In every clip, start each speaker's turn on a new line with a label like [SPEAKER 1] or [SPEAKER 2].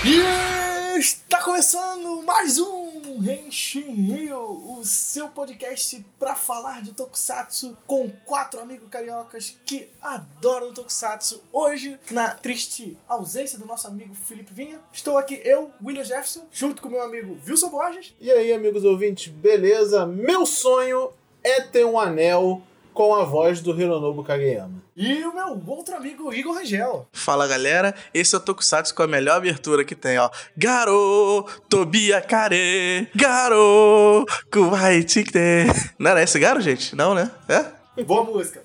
[SPEAKER 1] E está começando mais um Henshin Rio, o seu podcast para falar de Tokusatsu com 4 amigos cariocas que adoram Tokusatsu. Hoje, na triste ausência do nosso amigo Felipe Vinha, estou aqui eu, William Jefferson, junto com meu amigo Wilson Borges.
[SPEAKER 2] E aí, amigos ouvintes, beleza? Meu sonho é ter um anel com a voz do Hironobu Kageyama.
[SPEAKER 1] E o meu outro amigo, Igor Rangel.
[SPEAKER 3] Fala, galera, esse é o Tokusatsu com a melhor abertura que tem, ó. Garo, Tobia Kare, Garo, Kuwai Tikte. Não era esse Garo, gente? Não, né? É?
[SPEAKER 1] Boa música.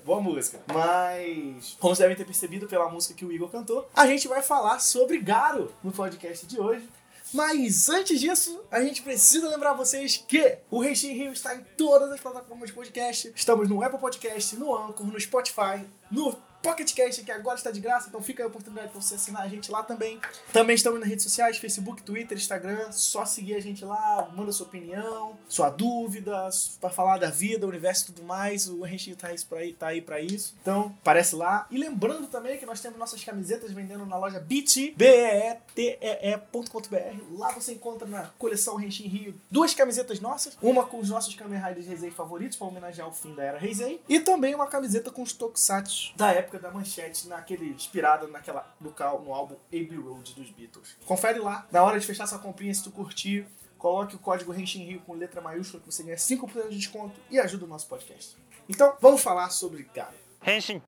[SPEAKER 1] Mas, como vocês devem ter percebido pela música que o Igor cantou, a gente vai falar sobre Garo no podcast de hoje. Mas antes disso, a gente precisa lembrar vocês que o Henshin Rio está em todas as plataformas de podcast. Estamos no Apple Podcast, no Anchor, no Spotify, no Pocket Cast, que agora está de graça, então fica aí a oportunidade para você assinar a gente lá também. Também estamos nas redes sociais, Facebook, Twitter, Instagram. Só seguir a gente lá, manda sua opinião, sua dúvida, para falar da vida, universo e tudo mais. O Henshin tá aí para isso. Então, aparece lá. E lembrando também que nós temos nossas camisetas vendendo na loja Beatee, beetee.com.br. Lá você encontra na coleção Henshin Rio 2 camisetas nossas. Uma com os nossos Kamen Riders Heisei favoritos, para homenagear o fim da era Heisei. E também uma camiseta com os Tokusatsu da época da Manchete, inspirada no álbum Abbey Road dos Beatles. Confere lá, na hora de fechar sua comprinha, se tu curtir, coloque o código Henshin Rio com letra maiúscula que você ganha 5% de desconto e ajuda o nosso podcast. Então, vamos falar sobre Garo.
[SPEAKER 4] Henshin.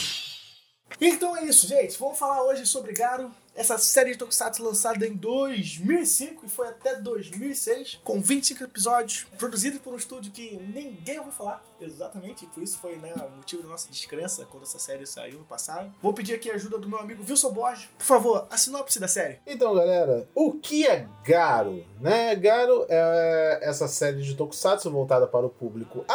[SPEAKER 1] Então é isso, gente. Vamos falar hoje sobre Garo, essa série de Tokusatsu lançada em 2005 e foi até 2006, com 25 episódios, produzido por um estúdio que ninguém ouviu falar, exatamente, e por isso foi, o motivo da nossa descrença quando essa série saiu no passado. Vou pedir aqui a ajuda do meu amigo Wilson Borges. Por favor, a sinopse da série.
[SPEAKER 2] Então, galera, o que é Garo? Garo é essa série de Tokusatsu voltada para o público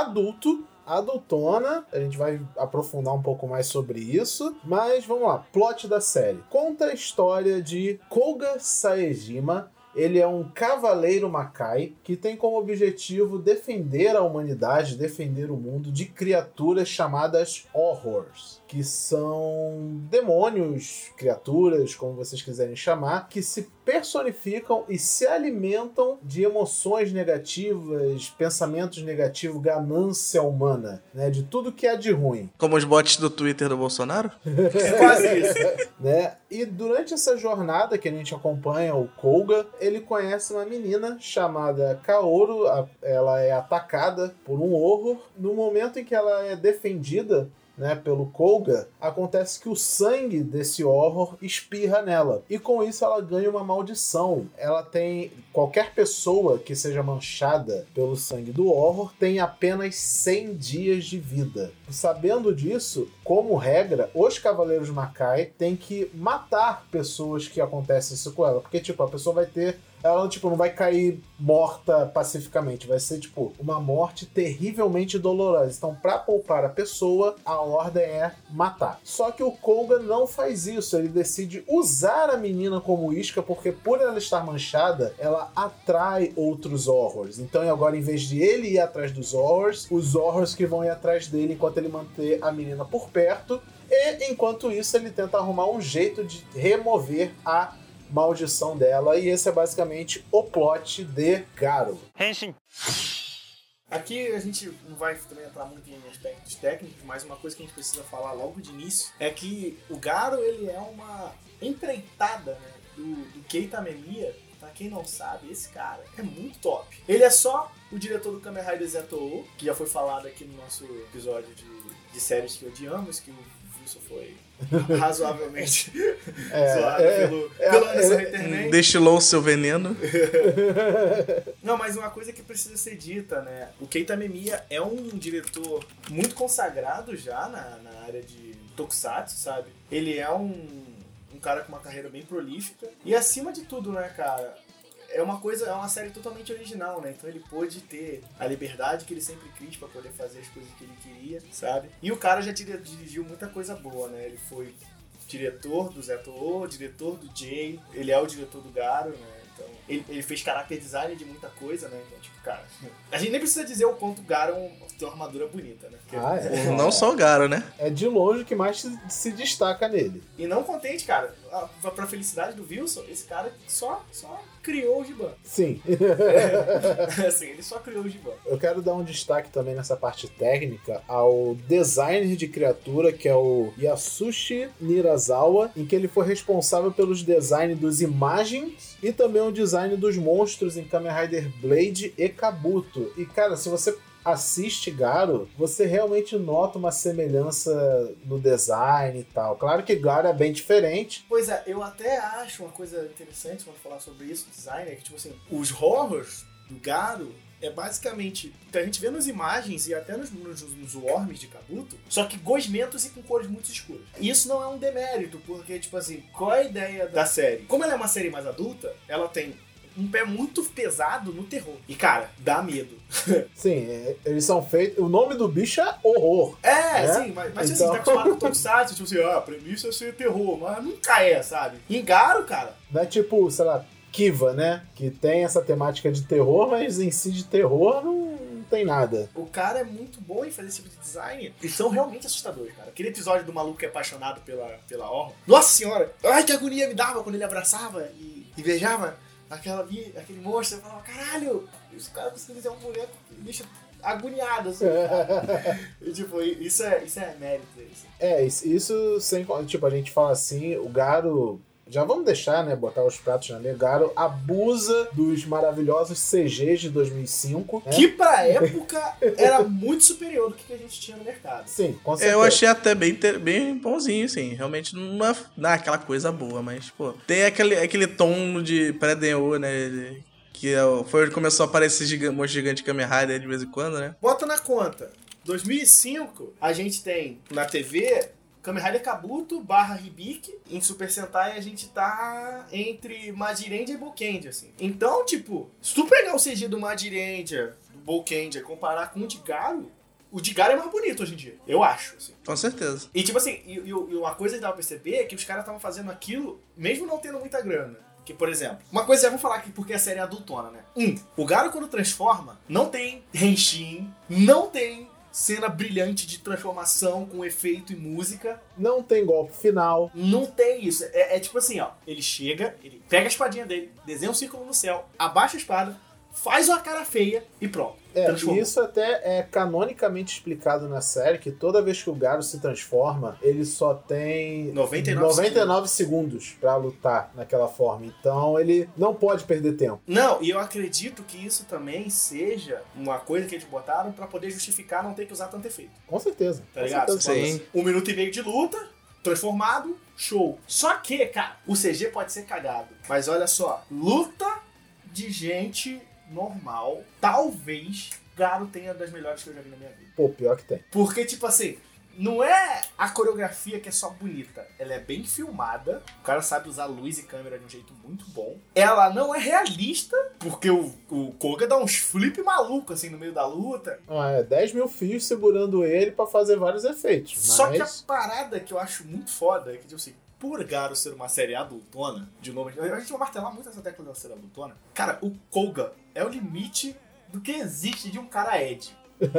[SPEAKER 2] adultona, a gente vai aprofundar um pouco mais sobre isso, mas vamos lá, plot da série. Conta a história de Koga Saejima. Ele é um cavaleiro Makai que tem como objetivo defender a humanidade, defender o mundo de criaturas chamadas Horrors, que são demônios, criaturas, como vocês quiserem chamar, que se personificam e se alimentam de emoções negativas, pensamentos negativos, ganância humana, de tudo que há de ruim.
[SPEAKER 3] Como os bots do Twitter do Bolsonaro?
[SPEAKER 1] É quase isso.
[SPEAKER 2] E durante essa jornada que a gente acompanha o Koga, ele conhece uma menina chamada Kaoru. Ela é atacada por um horror. No momento em que ela é defendida pelo Koga, acontece que o sangue desse horror espirra nela. E com isso ela ganha uma maldição. Qualquer pessoa que seja manchada pelo sangue do horror tem apenas 100 dias de vida. E sabendo disso, como regra, os Cavaleiros Makai têm que matar pessoas que acontecem isso com ela. Porque, a pessoa vai ter... Ela, não vai cair morta pacificamente. Vai ser, uma morte terrivelmente dolorosa. Então, pra poupar a pessoa, a ordem é matar. Só que o Koga não faz isso. Ele decide usar a menina como isca, porque por ela estar manchada, ela atrai outros horrors. Então, agora, em vez de ele ir atrás dos horrors, os horrors que vão ir atrás dele enquanto ele manter a menina por perto. E, enquanto isso, ele tenta arrumar um jeito de remover a maldição dela, e esse é basicamente o plot de Garo.
[SPEAKER 4] Henshin.
[SPEAKER 1] Aqui a gente não vai também entrar muito em aspectos técnicos, mas uma coisa que a gente precisa falar logo de início é que o Garo, ele é uma empreitada do Keita Memiya. Pra quem não sabe, esse cara é muito top. Ele é só o diretor do Kamen Rider Zero, que já foi falado aqui no nosso episódio de séries que odiamos, que o Wilson foi razoavelmente zoado pela nossa internet.
[SPEAKER 3] Destilou o seu veneno.
[SPEAKER 1] Não, mas uma coisa que precisa ser dita, o Keita Memiya é um diretor muito consagrado já na área de Tokusatsu, sabe? Ele é um cara com uma carreira bem prolífica. E acima de tudo, cara, é uma série totalmente original, Então ele pôde ter a liberdade que ele sempre quis pra poder fazer as coisas que ele queria, sabe? E o cara já dirigiu muita coisa boa, Ele foi diretor do Zero, diretor do Jay, ele é o diretor do Garo, Então, ele fez character design de muita coisa, Então, cara, a gente nem precisa dizer o quanto o Garo tem uma armadura bonita, Porque
[SPEAKER 3] Não só o Garo,
[SPEAKER 2] É de longe o que mais se destaca nele.
[SPEAKER 1] E não contente, cara, pra felicidade do Wilson, esse cara só criou o Giban.
[SPEAKER 2] Sim.
[SPEAKER 1] Assim, ele só criou o Giban.
[SPEAKER 2] Eu quero dar um destaque também nessa parte técnica ao designer de criatura, que é o Yasushi Nirazawa, em que ele foi responsável pelos designs dos imagens e também o design dos monstros em Kamen Rider Blade e Kabuto. E, cara, se você assiste Garo, você realmente nota uma semelhança no design e tal. Claro que Garo é bem diferente.
[SPEAKER 1] Pois é, eu até acho uma coisa interessante quando falar sobre isso, design, é que, tipo assim, os horrors do Garo é basicamente, que a gente vê nas imagens e até nos worms de Kabuto, só que gosmentos e com cores muito escuras. E isso não é um demérito, porque, tipo assim, qual é a ideia da série? Como ela é uma série mais adulta, ela tem um pé muito pesado no terror. E, cara, dá medo.
[SPEAKER 2] Sim, eles são feitos... O nome do bicho é horror.
[SPEAKER 1] É, sim, mas então... assim, tá acostumado com o Tokusatsu, tipo assim, a premissa é ser terror, mas nunca é, sabe? Em Garo, cara...
[SPEAKER 2] Não é tipo, sei lá, Kiva, né? Que tem essa temática de terror, mas em si de terror não tem nada.
[SPEAKER 1] O cara é muito bom em fazer esse tipo de design. Eles são realmente assustadores, cara. Aquele episódio do maluco que é apaixonado pela Orma. Nossa senhora! Ai, que agonia me dava quando ele abraçava e beijava aquele monstro. Eu falava, caralho! Esse cara conseguiu desenhar um boneco que me deixa agoniado, assim. E, tipo, isso é mérito.
[SPEAKER 2] Isso sem... Tipo, a gente fala assim, o Garo... Já vamos deixar, né, botar os pratos na mesa. Garo abusa dos maravilhosos CGs de 2005. Né?
[SPEAKER 1] Que pra época era muito superior do que a gente tinha no mercado.
[SPEAKER 2] Sim, com certeza.
[SPEAKER 3] Eu achei até bem bonzinho, assim. Realmente não é aquela coisa boa, mas, pô... Tem aquele tom de pré-Denho, né, que foi onde começou a aparecer monstro gigante Kamen Rider de vez em quando, né?
[SPEAKER 1] Bota na conta. 2005, a gente tem na TV... Kamen Rider Kabuto / Hibiki. Em Super Sentai a gente tá entre Majirendia e Boukendia, assim. Então, tipo, se tu pegar o CG do Majirendia, do Boukendia, e comparar com o de Garo, o de Garo é mais bonito hoje em dia. Eu acho, assim.
[SPEAKER 3] Com certeza.
[SPEAKER 1] E, tipo assim, e uma coisa que dá pra perceber é que os caras estavam fazendo aquilo, mesmo não tendo muita grana. Que, por exemplo, uma coisa, já vou falar aqui porque a série é adultona, né? O Garo, quando transforma, não tem Henshin, não tem cena brilhante de transformação com efeito e música.
[SPEAKER 2] Não tem golpe final.
[SPEAKER 1] Não tem isso. É tipo assim, ó. Ele chega, ele pega a espadinha dele, desenha um círculo no céu, abaixa a espada, faz uma cara feia e pronto.
[SPEAKER 2] E isso até é canonicamente explicado na série, que toda vez que o Garo se transforma, ele só tem 99 segundos pra lutar naquela forma. Então ele não pode perder tempo.
[SPEAKER 1] Não, e eu acredito que isso também seja uma coisa que eles botaram pra poder justificar não ter que usar tanto efeito.
[SPEAKER 2] Com certeza.
[SPEAKER 1] Tá ligado?
[SPEAKER 3] Sim.
[SPEAKER 1] 1 minuto e meio de luta, transformado, show. Só que, cara, o CG pode ser cagado. Mas olha só, luta de gente normal, talvez Garo tenha das melhores que eu já vi na minha vida.
[SPEAKER 2] Pô, pior que tem.
[SPEAKER 1] Porque, tipo assim, não é a coreografia que é só bonita. Ela é bem filmada. O cara sabe usar luz e câmera de um jeito muito bom. Ela não é realista, porque o Koga dá uns flip maluco, assim, no meio da luta.
[SPEAKER 2] 10 mil fios segurando ele pra fazer vários efeitos.
[SPEAKER 1] Só que a parada que eu acho muito foda é que, tipo assim, por Garo ser uma série adultona, de novo, a gente vai martelar muito essa tecla da série adultona. Cara, o Koga é o limite do que existe de um cara Ed.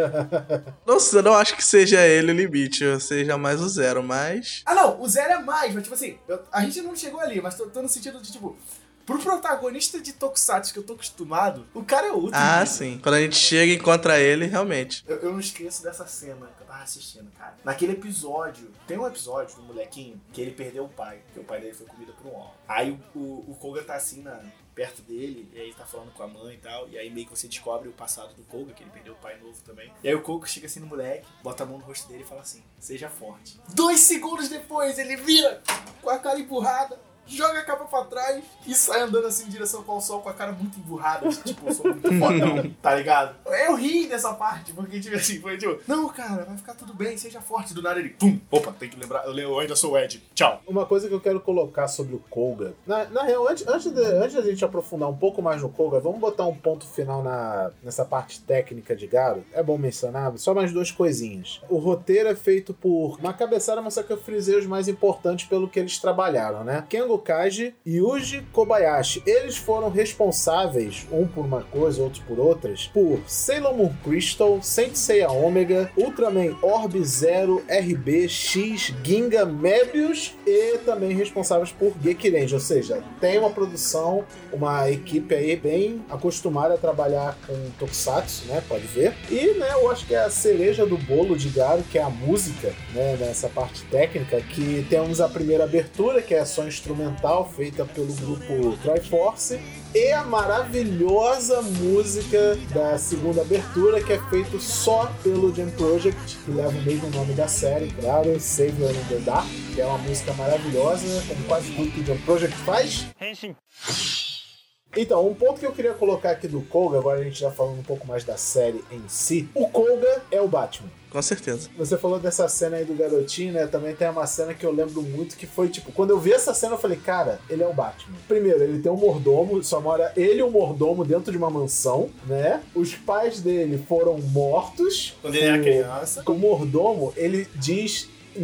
[SPEAKER 3] Nossa, eu não acho que seja ele o limite, seja mais o Zero, mas...
[SPEAKER 1] Ah, não, o Zero é mais, mas tipo assim, a gente não chegou ali, mas tô no sentido de, tipo... Pro protagonista de Tokusatsu que eu tô acostumado, o cara é outro.
[SPEAKER 3] Ah, sim. Quando a gente chega e encontra ele, realmente.
[SPEAKER 1] Eu não esqueço dessa cena que eu tava assistindo, cara. Naquele episódio, tem um episódio do molequinho que ele perdeu o pai, porque o pai dele foi comido por um homem. Aí o Koga tá assim perto dele, e aí ele tá falando com a mãe e tal, e aí meio que você descobre o passado do Koga, que ele perdeu o pai novo também. E aí o Koga chega assim no moleque, bota a mão no rosto dele e fala assim, seja forte. 2 segundos depois, ele vira com a cara empurrada, joga a capa pra trás e sai andando assim em direção ao sol com a cara muito emburrada, tipo, eu sou muito fodão, tá ligado? Eu ri dessa parte, porque tipo assim, foi tipo, não, cara, vai ficar tudo bem, seja forte. Do nada ele, pum, opa, tem que lembrar, eu ainda sou o Ed, tchau.
[SPEAKER 2] Uma coisa que eu quero colocar sobre o Koga, na real, antes da gente aprofundar um pouco mais no Koga, vamos botar um ponto final nessa parte técnica de Garo. É bom mencionar, só mais 2 coisinhas. O roteiro é feito por uma cabeçada, mas só que eu frisei os mais importantes pelo que eles trabalharam, né? Kengo Kaji e Yuji Kobayashi. Eles foram responsáveis, um por uma coisa, outros por outras, por Sailor Moon Crystal, Saint Seiya Omega, Ultraman Orb Zero, RB, X, Ginga, Mebius e também responsáveis por Gekirenji. Ou seja, tem uma produção, uma equipe aí bem acostumada a trabalhar com Tokusatsu, né? Pode ver. E, né, eu acho que é a cereja do bolo de Garo, que é a música, né? Nessa parte técnica, que temos a primeira abertura, que é só instrumental, feita pelo grupo Triforce, e a maravilhosa música da segunda abertura, que é feito só pelo Jam Project, que leva o mesmo nome da série, claro, Savior in the Dark, que é uma música maravilhosa, como quase tudo que o Jam Project faz. Henshin. Então, um ponto que eu queria colocar aqui do Koga, agora a gente já falando um pouco mais da série em si, o Koga é o Batman.
[SPEAKER 3] Com certeza.
[SPEAKER 2] Você falou dessa cena aí do garotinho, né? Também tem uma cena que eu lembro muito, que foi, tipo, quando eu vi essa cena, eu falei, cara, ele é o Batman. Primeiro, ele tem um mordomo, só mora ele e o mordomo dentro de uma mansão, né? Os pais dele foram mortos.
[SPEAKER 1] Quando ele era criança.
[SPEAKER 2] O mordomo, ele diz...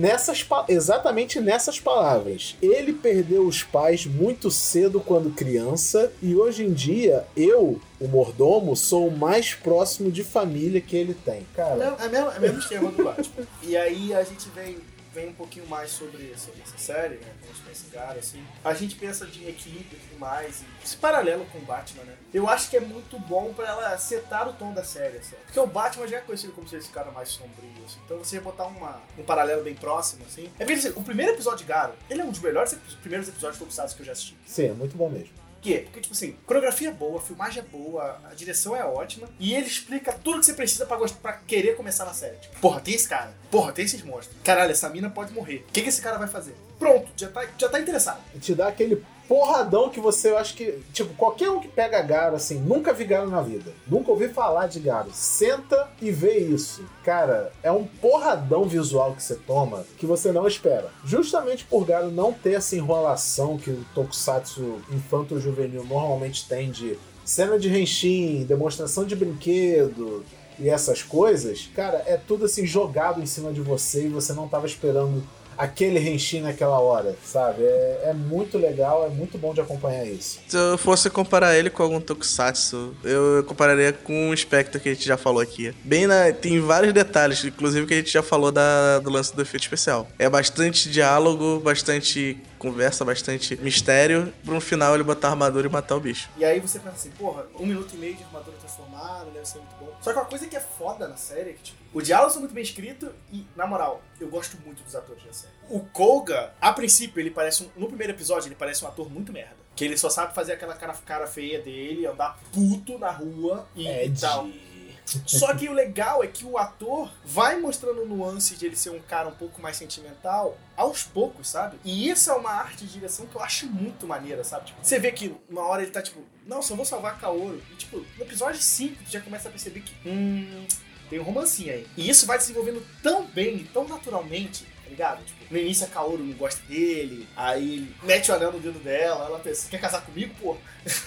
[SPEAKER 2] exatamente nessas palavras. Ele perdeu os pais muito cedo quando criança e hoje em dia eu, o mordomo, sou o mais próximo de família que ele tem. Cara,
[SPEAKER 1] é mesmo esquema do Batman. E aí a gente vem um pouquinho mais sobre essa série, né? Quando a gente pensa em Garo, assim. A gente pensa de equipe e tudo mais, e esse paralelo com o Batman, né? Eu acho que é muito bom pra ela setar o tom da série, assim. Porque o Batman já é conhecido como ser esse cara mais sombrio, assim. Então você botar um paralelo bem próximo, assim. É porque, assim, o primeiro episódio de Garo, ele é um dos melhores primeiros episódios tokusatsu que eu já assisti.
[SPEAKER 2] Sim, é muito bom mesmo.
[SPEAKER 1] Porque, tipo assim, coreografia é boa, a filmagem é boa, a direção é ótima, e ele explica tudo que você precisa pra querer começar na série. Tipo, porra, tem esse cara, porra, tem esses monstros, caralho, essa mina pode morrer, o que esse cara vai fazer? Pronto, já tá interessado.
[SPEAKER 2] Te dá aquele porradão que você, eu acho que, tipo, qualquer um que pega Garo, assim, nunca vi Garo na vida, nunca ouvi falar de Garo, senta e vê isso. Cara, é um porradão visual que você toma que você não espera. Justamente por Garo não ter essa enrolação que o Tokusatsu infanto-juvenil normalmente tem de cena de Henshin, demonstração de brinquedo e essas coisas, cara, é tudo assim jogado em cima de você e você não tava esperando aquele Henshin naquela hora, sabe? É muito legal, é muito bom de acompanhar isso.
[SPEAKER 3] Se eu fosse comparar ele com algum Tokusatsu, eu compararia com o Spectre que a gente já falou aqui. Tem vários detalhes, inclusive que a gente já falou do lance do efeito especial. É bastante diálogo, bastante conversa, bastante mistério, no final ele botar a armadura e matar o bicho.
[SPEAKER 1] E aí você pensa assim, porra, 1 minuto e meio de armadura transformada, deve ser muito bom. Só que uma coisa que é foda na série é que, tipo, o diálogo é muito bem escrito e, na moral, eu gosto muito dos atores da série. O Koga, a princípio, ele parece no primeiro episódio, ele parece um ator muito merda. Que ele só sabe fazer aquela cara feia dele, andar puto na rua e tal. Só que o legal é que o ator vai mostrando nuances de ele ser um cara um pouco mais sentimental aos poucos, sabe? E isso é uma arte de direção que eu acho muito maneira, sabe? Tipo, você vê que uma hora ele tá tipo, não, só vou salvar a Kaoru. E tipo, no episódio 5 tu já começa a perceber que tem um romancinho aí. E isso vai desenvolvendo tão bem e tão naturalmente, tá ligado? Tipo, no início a Kaoru não gosta dele, aí ele mete o anel no dedo dela, ela pensa, quer casar comigo, pô?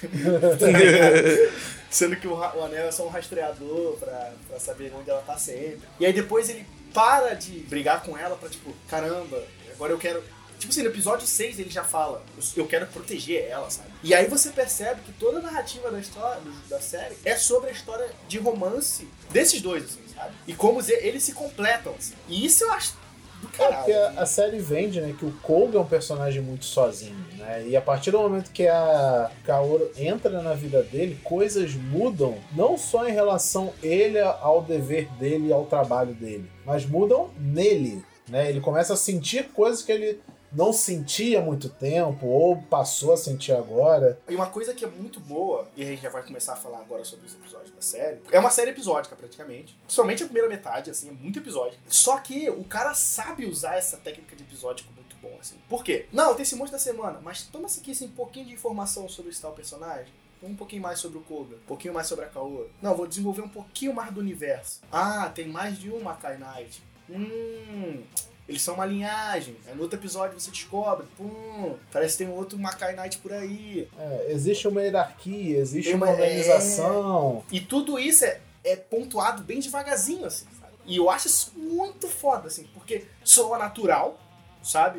[SPEAKER 1] Sendo que o anel é só um rastreador pra saber onde ela tá sempre. E aí depois ele para de brigar com ela pra tipo, caramba, agora eu quero... Tipo assim, no episódio 6 ele já fala, eu quero proteger ela, sabe? E aí você percebe que toda a narrativa da história, da série, é sobre a história de romance desses dois, assim, sabe? E como eles se completam, assim. E isso eu acho do caralho.
[SPEAKER 2] Porque a série vende, né, que o Koga é um personagem muito sozinho, né? E a partir do momento que a Kaoru entra na vida dele, coisas mudam, não só em relação ele ao dever dele e ao trabalho dele, mas mudam nele, né? Ele começa a sentir coisas que ele não sentia há muito tempo, ou passou a sentir agora.
[SPEAKER 1] E uma coisa que é muito boa, e a gente já vai começar a falar agora sobre os episódios da série, é uma série episódica praticamente, somente a primeira metade, assim, é muito episódio. Só que o cara sabe usar essa técnica de episódico muito bom, assim. Por quê? Não, tem esse monte da semana, mas toma-se aqui assim, um pouquinho de informação sobre esse tal personagem. Um pouquinho mais sobre o Koga, um pouquinho mais sobre a Kaoru. Não, vou desenvolver um pouquinho mais do universo. Ah, tem mais de uma Kai Knight. Eles são uma linhagem. Aí no outro episódio você descobre, parece que tem outro Makai Knight por aí.
[SPEAKER 2] Existe uma hierarquia, existe uma organização.
[SPEAKER 1] E tudo isso é pontuado bem devagarzinho, assim, sabe? E eu acho isso muito foda, assim, porque soa natural, sabe?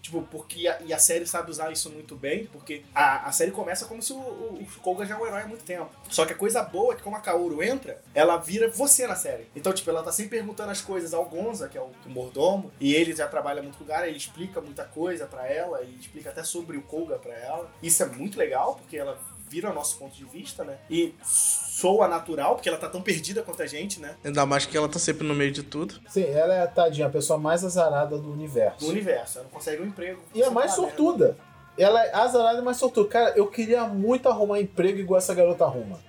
[SPEAKER 1] Tipo, porque a série sabe usar isso muito bem, porque a série começa como se o Koga já é um herói há muito tempo. Só que a coisa boa é que como a Kaoru entra, ela vira você na série. Então, tipo, ela tá sempre perguntando as coisas ao Gonza, que é o mordomo, e ele já trabalha muito com o Gaara, ele explica muita coisa pra ela, e explica até sobre o Koga pra ela. Isso é muito legal, porque ela vira o nosso ponto de vista, né? E soa natural, porque ela tá tão perdida quanto a gente, né?
[SPEAKER 3] Ainda mais que ela tá sempre no meio de tudo.
[SPEAKER 2] Sim, ela é, tadinha, a pessoa mais azarada do universo.
[SPEAKER 1] Do universo, ela não consegue um emprego.
[SPEAKER 2] E a mais sortuda. Ela é azarada e mais sortuda. Cara, eu queria muito arrumar emprego igual essa garota arruma.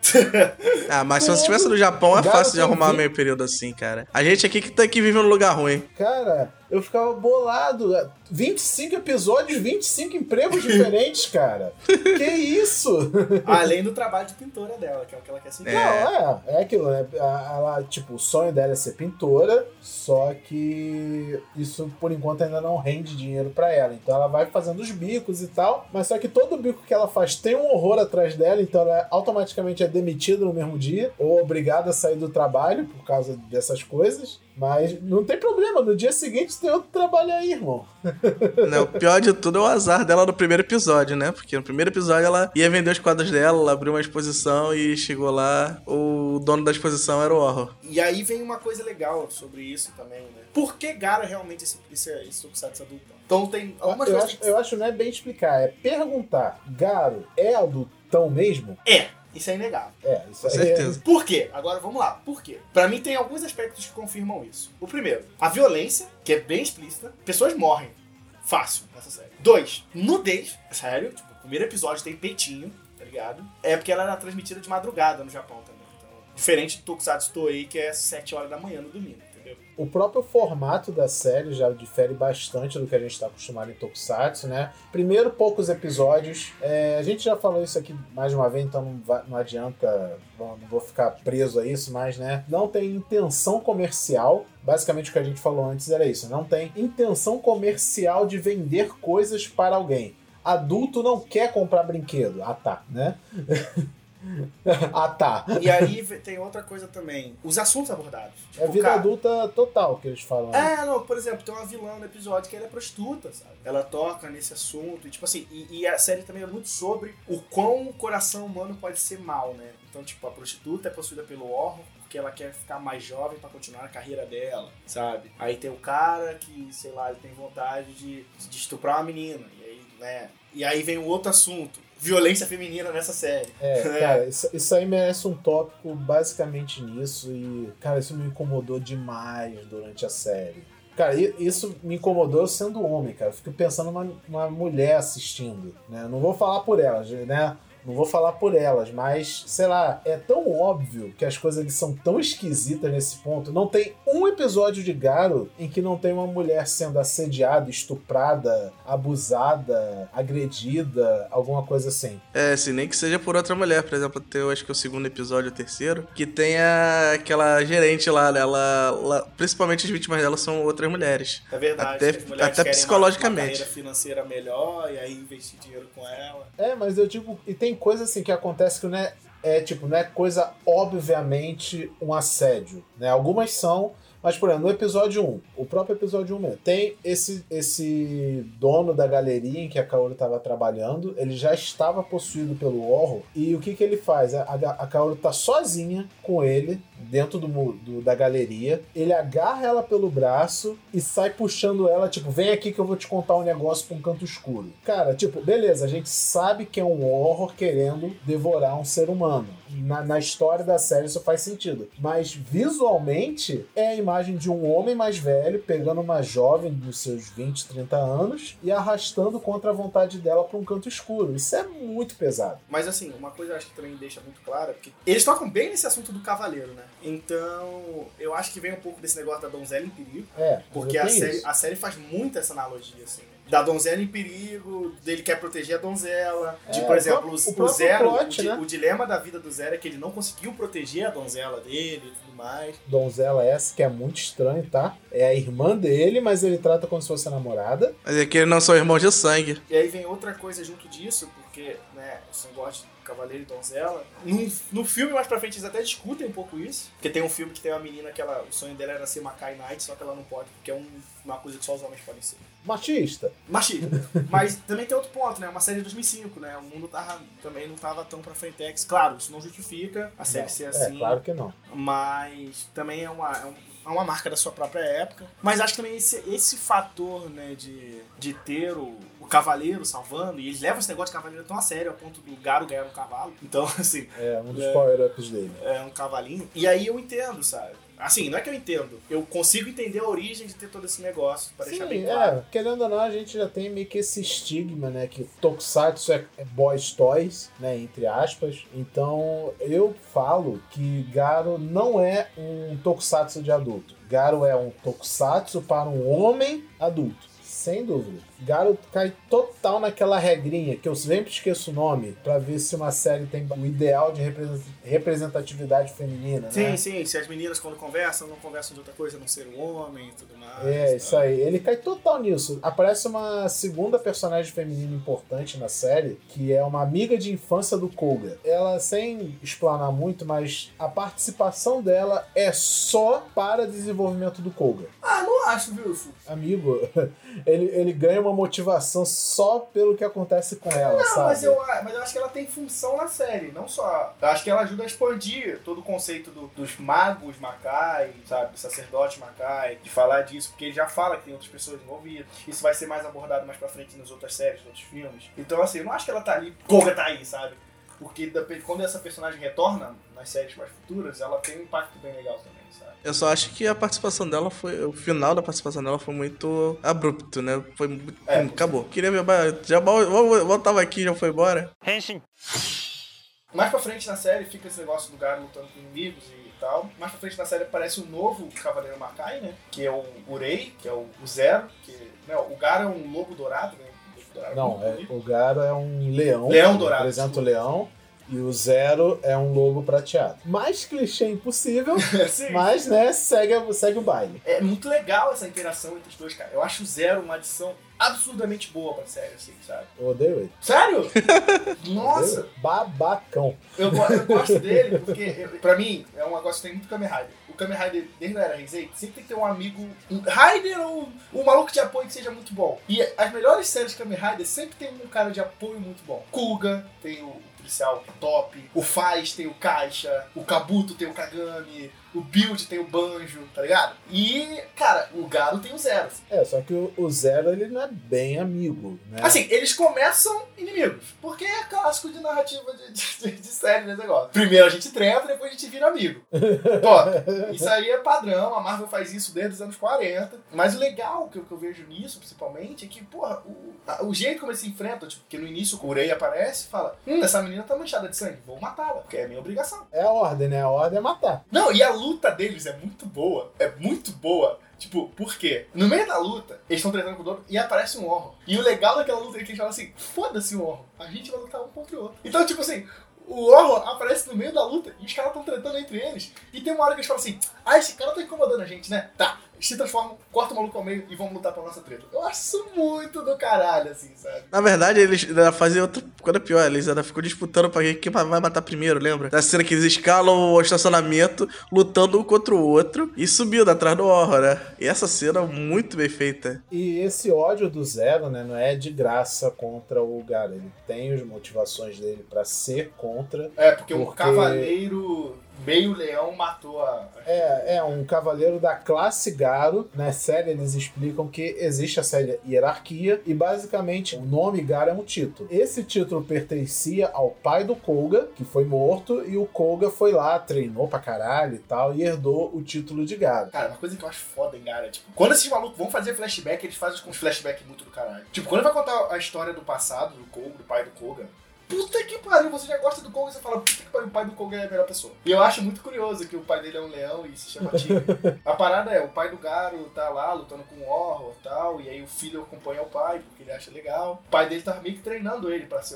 [SPEAKER 3] Mas se você estivesse no Japão, é fácil de arrumar meio período assim, cara. A gente aqui que vive num lugar ruim.
[SPEAKER 2] Cara, eu ficava bolado. 25 episódios, 25 empregos diferentes, cara. Que isso?
[SPEAKER 1] Além do trabalho de pintora dela, que é o que ela quer seguir.
[SPEAKER 2] Não, é aquilo, né? Ela, tipo, o sonho dela é ser pintora, só que isso, por enquanto, ainda não rende dinheiro pra ela. Então ela vai fazendo os bicos e tal, mas só que todo bico que ela faz tem um horror atrás dela, então ela automaticamente é demitida no mesmo dia, ou obrigada a sair do trabalho por causa dessas coisas. Mas não tem problema, no dia seguinte tem outro trabalho aí, irmão.
[SPEAKER 3] Não, o pior de tudo é o azar dela no primeiro episódio, né? Porque no primeiro episódio ela ia vender os quadros dela, ela abriu uma exposição e chegou lá, o dono da exposição era o Horror.
[SPEAKER 1] E aí vem uma coisa legal sobre isso também, né? Por que Gaara é realmente esse tokusatsu adultão? Então tem algumas coisas...
[SPEAKER 2] Eu acho que não é bem explicar, é perguntar, Garo é adultão mesmo?
[SPEAKER 1] Isso é inegável.
[SPEAKER 2] Isso
[SPEAKER 3] com certeza.
[SPEAKER 1] Por quê? Agora vamos lá. Por quê? Pra mim tem alguns aspectos que confirmam isso. O primeiro, a violência, que é bem explícita. Pessoas morrem. Fácil nessa série. 2, nudez. Sério. Tipo, o primeiro episódio tem peitinho, tá ligado? É porque ela era transmitida de madrugada no Japão também. Então, diferente do Tokusatsu Toei, que é 7 horas da manhã no domingo.
[SPEAKER 2] O próprio formato da série já difere bastante do que a gente está acostumado em Tokusatsu, né? Primeiro, poucos episódios. A gente já falou isso aqui mais de uma vez, então não adianta, não vou ficar preso a isso, mas, né? Não tem intenção comercial. Basicamente, o que a gente falou antes era isso. Não tem intenção comercial de vender coisas para alguém. Adulto não quer comprar brinquedo. Ah, tá, né? Tá.
[SPEAKER 1] E aí tem outra coisa também. Os assuntos abordados. Tipo,
[SPEAKER 2] é vida adulta total que eles falam.
[SPEAKER 1] Não, por exemplo, tem uma vilã no episódio que ela é prostituta, sabe? Ela toca nesse assunto e tipo assim, e a série também é muito sobre o quão o coração humano pode ser mal, né? Então, tipo, a prostituta é possuída pelo Horror porque ela quer ficar mais jovem pra continuar a carreira dela, sabe? Aí tem o cara que, sei lá, ele tem vontade de estuprar uma menina, e aí, né? E aí vem um outro assunto. Violência feminina nessa série.
[SPEAKER 2] Cara, isso aí merece um tópico basicamente nisso e, cara, isso me incomodou demais durante a série. Cara, isso me incomodou sendo homem, cara. Eu fico pensando numa mulher assistindo, né? Não vou falar por elas, né? Não vou falar por elas, mas, sei lá, é tão óbvio que as coisas são tão esquisitas nesse ponto. Não tem um episódio de Garo em que não tem uma mulher sendo assediada, estuprada, abusada, agredida, alguma coisa assim.
[SPEAKER 3] Se nem que seja por outra mulher. Por exemplo, eu acho que é o segundo episódio, o terceiro, que tem aquela gerente lá, ela, principalmente as vítimas dela são outras mulheres.
[SPEAKER 1] É verdade.
[SPEAKER 3] Até psicologicamente.
[SPEAKER 1] Uma carreira financeira melhor e aí investir dinheiro com ela.
[SPEAKER 2] Mas eu digo, e tem coisa assim que acontece que não é coisa obviamente um assédio, né? Algumas são, mas por exemplo, no episódio 1, o próprio episódio 1 mesmo, tem esse dono da galeria em que a Kaoru estava trabalhando, ele já estava possuído pelo Horror, e o que ele faz? A Kaoru tá sozinha com ele, dentro da galeria, ele agarra ela pelo braço e sai puxando ela, tipo, vem aqui que eu vou te contar um negócio pra um canto escuro. Cara, tipo, beleza, a gente sabe que é um Horror querendo devorar um ser humano. Na história da série isso faz sentido. Mas visualmente é a imagem de um homem mais velho pegando uma jovem dos seus 20, 30 anos e arrastando contra a vontade dela pra um canto escuro. Isso é muito pesado.
[SPEAKER 1] Mas assim, uma coisa eu acho que também deixa muito clara, porque eles tocam bem nesse assunto do cavaleiro, né? Então, eu acho que vem um pouco desse negócio da donzela em perigo. Porque a série faz muito essa analogia, assim. Da donzela em perigo, dele quer proteger a donzela. Por exemplo, o Zero, plot, né? O dilema da vida do Zero é que ele não conseguiu proteger a donzela dele e tudo mais.
[SPEAKER 2] Donzela essa que é muito estranho, tá? É a irmã dele, mas ele trata como se fosse a namorada.
[SPEAKER 3] Mas é que eles não são irmãos de sangue.
[SPEAKER 1] E aí vem outra coisa junto disso, porque, né, esse negócio de cavaleiro e donzela. No filme, mais pra frente, eles até discutem um pouco isso. Porque tem um filme que tem uma menina que o sonho dela era ser Makai Knight, só que ela não pode, porque é uma coisa que só os homens podem ser.
[SPEAKER 2] Machista.
[SPEAKER 1] Mas também tem outro ponto, né? Uma série de 2005, né? O mundo também não tava tão pra frentex. Claro, isso não justifica a série ser assim.
[SPEAKER 2] É, claro que não.
[SPEAKER 1] Mas também é uma marca da sua própria época. Mas acho que também esse fator, né, de ter o cavaleiro salvando, e eles levam esse negócio de cavaleiro tão a sério, ao ponto do Garo ganhar um cavalo. Então, assim...
[SPEAKER 2] É, um dos power-ups dele.
[SPEAKER 1] É, um cavalinho. E aí eu entendo, sabe? Assim, não é que eu entendo. Eu consigo entender a origem de ter todo esse negócio, pra deixar bem claro.
[SPEAKER 2] Querendo ou não, a gente já tem meio que esse estigma, né? Que Tokusatsu é boys toys, né? Entre aspas. Então, eu falo que Garo não é um Tokusatsu de adulto. Garo é um Tokusatsu para um homem adulto. Sem dúvida. Garo cai total naquela regrinha, que eu sempre esqueço o nome, pra ver se uma série tem o ideal de representatividade feminina,
[SPEAKER 1] sim,
[SPEAKER 2] né?
[SPEAKER 1] Sim. Se as meninas, quando conversam, não conversam de outra coisa, a não ser um homem e tudo mais.
[SPEAKER 2] É, isso aí. Ele cai total nisso. Aparece uma segunda personagem feminina importante na série, que é uma amiga de infância do Koga. Ela, sem explanar muito, mas a participação dela é só para desenvolvimento do Koga.
[SPEAKER 1] Ah, não acho, viu?
[SPEAKER 2] Amigo, ele ganha uma motivação só pelo que acontece com ela,
[SPEAKER 1] não,
[SPEAKER 2] sabe?
[SPEAKER 1] Mas eu acho que ela tem função na série, não só... Eu acho que ela ajuda a expandir todo o conceito dos magos Makai, sabe? Sacerdote Makai, de falar disso, porque ele já fala que tem outras pessoas envolvidas. Isso vai ser mais abordado mais pra frente nas outras séries, nos outros filmes. Então, assim, eu não acho que ela tá ali, Koga tá aí, sabe? Porque quando essa personagem retorna nas séries mais futuras, ela tem um impacto bem legal também, sabe?
[SPEAKER 3] Eu só acho que a participação dela o final da participação dela foi muito abrupto, né? Foi muito... acabou. Queria ver, já voltava aqui, já foi embora.
[SPEAKER 4] Henshin.
[SPEAKER 1] Mais pra frente na série fica esse negócio do Garo lutando com inimigos e tal. Mais pra frente na série aparece um novo Cavaleiro Makai, né? Que é o Urei, que é o Zero. O Garo é um lobo dourado, né?
[SPEAKER 2] Não, o Garo é um leão.
[SPEAKER 1] Leão dourado.
[SPEAKER 2] Representa o leão. E o Zero é um lobo prateado. Mais clichê impossível,
[SPEAKER 1] sim,
[SPEAKER 2] mas, né, segue o baile.
[SPEAKER 1] É muito legal essa interação entre os dois, cara. Eu acho o Zero uma adição absurdamente boa pra série, assim, sabe?
[SPEAKER 2] Eu odeio ele.
[SPEAKER 1] Sério? Nossa!
[SPEAKER 2] Babacão.
[SPEAKER 1] Eu gosto dele porque, pra mim, é um negócio que tem muito Kamen Rider. O Kamen Rider, desde a era Heisei, sempre tem que ter um amigo, um Rider ou um maluco de apoio que seja muito bom. E as melhores séries de Kamen Rider sempre tem um cara de apoio muito bom. Kuga tem o policial top, o Faz tem o Caixa, o Kabuto tem o Kagami, o Build tem o Banjo, tá ligado? E, cara, o Garo tem o Zero.
[SPEAKER 2] Só que o Zero, ele não é bem amigo, né?
[SPEAKER 1] Assim, eles começam inimigos, porque é clássico de narrativa de série, né, negócio. Primeiro a gente treta, depois a gente vira amigo. Pô, isso aí é padrão, a Marvel faz isso desde os anos 40. Mas o legal que eu vejo nisso, principalmente, é que, porra, o jeito como eles se enfrentam, tipo, que no início o Urei aparece e fala, essa menina tá manchada de sangue, vou matá-la, porque é minha obrigação.
[SPEAKER 2] É a ordem, né? A ordem é matar.
[SPEAKER 1] Não, e a luta deles é muito boa. É muito boa. Tipo, por quê? No meio da luta, eles estão treinando com o dono e aparece um Orro. E o legal daquela luta é que eles falam assim, foda-se o Orro, a gente vai lutar um contra o outro. Então, tipo assim, o Orro aparece no meio da luta e os caras estão tretando entre eles. E tem uma hora que eles falam assim, esse cara tá incomodando a gente, né? Tá. Se transformam, corta o maluco ao meio e vão lutar pra nossa treta. Eu acho isso muito do caralho, assim, sabe?
[SPEAKER 3] Na verdade, eles ainda faziam outra coisa pior. Eles ainda ficam disputando pra quem vai matar primeiro, lembra? Da cena que eles escalam o estacionamento, lutando um contra o outro e subindo atrás do horror, né? E essa cena muito bem feita.
[SPEAKER 2] E esse ódio do Zero, né, não é de graça contra o Garo. Ele tem as motivações dele pra ser contra.
[SPEAKER 1] Porque um cavaleiro meio leão matou a...
[SPEAKER 2] É um cavaleiro da classe Garo. Na série eles explicam que existe essa hierarquia e basicamente o nome Garo é um título. Esse título pertencia ao pai do Koga, que foi morto, e o Koga foi lá, treinou pra caralho e tal, e herdou o título de Garo.
[SPEAKER 1] Cara, uma coisa que eu acho foda em Garo é, tipo, quando esses malucos vão fazer flashback, eles fazem com uns flashbacks muito do caralho. Tipo, quando ele vai contar a história do passado do Koga, do pai do Koga, puta que pariu, você já gosta do Koga e você fala, puta que pariu, o pai do Koga é a melhor pessoa. E eu acho muito curioso que o pai dele é um leão e se chama Tigre. A parada é, o pai do Garo tá lá lutando com o Horror e tal, e aí o filho acompanha o pai porque ele acha legal. O pai dele tá meio que treinando ele pra ser um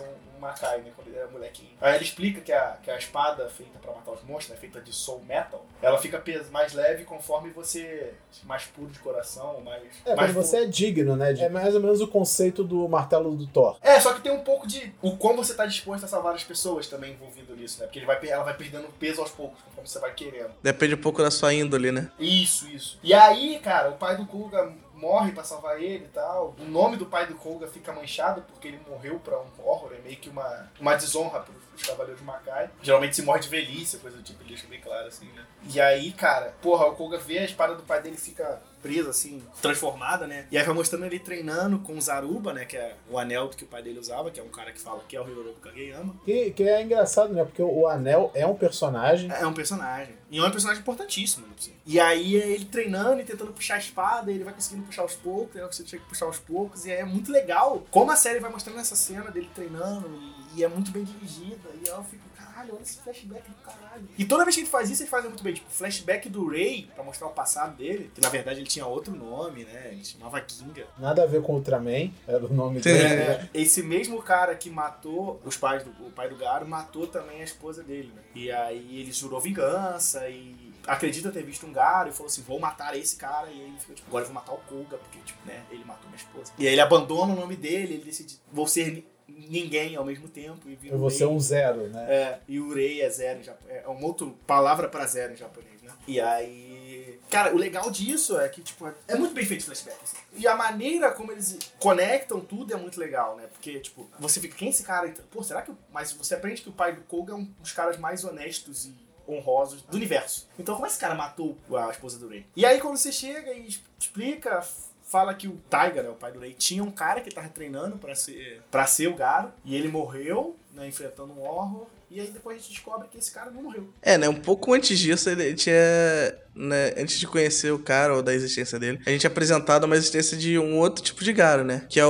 [SPEAKER 1] Makai, né? Quando ele era molequinho. Aí ele explica que a espada feita pra matar os monstros, né? Feita de soul metal, ela fica mais leve conforme você... mais puro de coração, mais...
[SPEAKER 2] quando você é digno, né? É mais ou menos o conceito do martelo do Thor.
[SPEAKER 1] Só que tem um pouco de... o como você tá disposto a salvar as pessoas também envolvido nisso, né? Porque ela vai perdendo peso aos poucos, conforme você vai querendo.
[SPEAKER 3] Depende um pouco da sua índole, né?
[SPEAKER 1] Isso. E aí, cara, o pai do Kuga morre pra salvar ele e tal. O nome do pai do Kuga fica manchado porque ele morreu pra um horror. É meio que uma desonra pros Cavaleiros de Makai. Geralmente se morre de velhice, coisa do tipo, ele deixa bem claro assim, né? E aí, cara, porra, o Kuga vê a espada do pai dele fica presa, assim, transformada, né? E aí vai mostrando ele treinando com o Zaruba, né? Que é o anel que o pai dele usava, que é um cara que fala que é o Hirorobu Kageyama.
[SPEAKER 2] Que é engraçado, né? Porque o anel é um personagem.
[SPEAKER 1] É um personagem. E é um personagem importantíssimo, né? E aí é ele treinando e tentando puxar a espada, e ele vai conseguindo puxar aos poucos, ele vai conseguindo puxar aos poucos, e é muito legal como a série vai mostrando essa cena dele treinando, e é muito bem dirigida, e eu fico, caralho, olha esse flashback do caralho. E toda vez que ele faz isso, ele faz muito bem. Tipo, o flashback do Rei, pra mostrar o passado dele, que na verdade ele tinha outro nome, né? Ele chamava Ginga.
[SPEAKER 2] Nada a ver com o Ultraman, era o nome dele.
[SPEAKER 1] Esse mesmo cara que matou o pai do Garo, matou também a esposa dele, né? E aí ele jurou vingança e acredita ter visto um Garo e falou assim, vou matar esse cara, e aí ele fica tipo, agora eu vou matar o Kuga, porque tipo, né, ele matou minha esposa. E aí ele abandona o nome dele, ele decide, vou ser ninguém ao mesmo tempo e vira
[SPEAKER 2] eu vou ser um zero, né?
[SPEAKER 1] E o Rei é zero em japonês, é uma outra palavra pra zero em japonês, né? E aí, cara, o legal disso é que tipo, é muito bem feito o flashback, assim. E a maneira como eles conectam tudo é muito legal, né? Porque, tipo, você fica, quem é esse cara? Pô, será que... Mas você aprende que o pai do Koga é um dos caras mais honestos e honrosos do universo. Então como esse cara matou a esposa do Rei? E aí quando você chega e explica, fala que o Taiga, né, o pai do Rei, tinha um cara que tava treinando pra ser o Garo, e ele morreu, né, enfrentando um horror, e aí depois a gente descobre que esse cara não morreu.
[SPEAKER 3] Né, um pouco antes disso, ele tinha, né, antes de conhecer o cara ou da existência dele, a gente é apresentado uma existência de um outro tipo de Garo, né, que é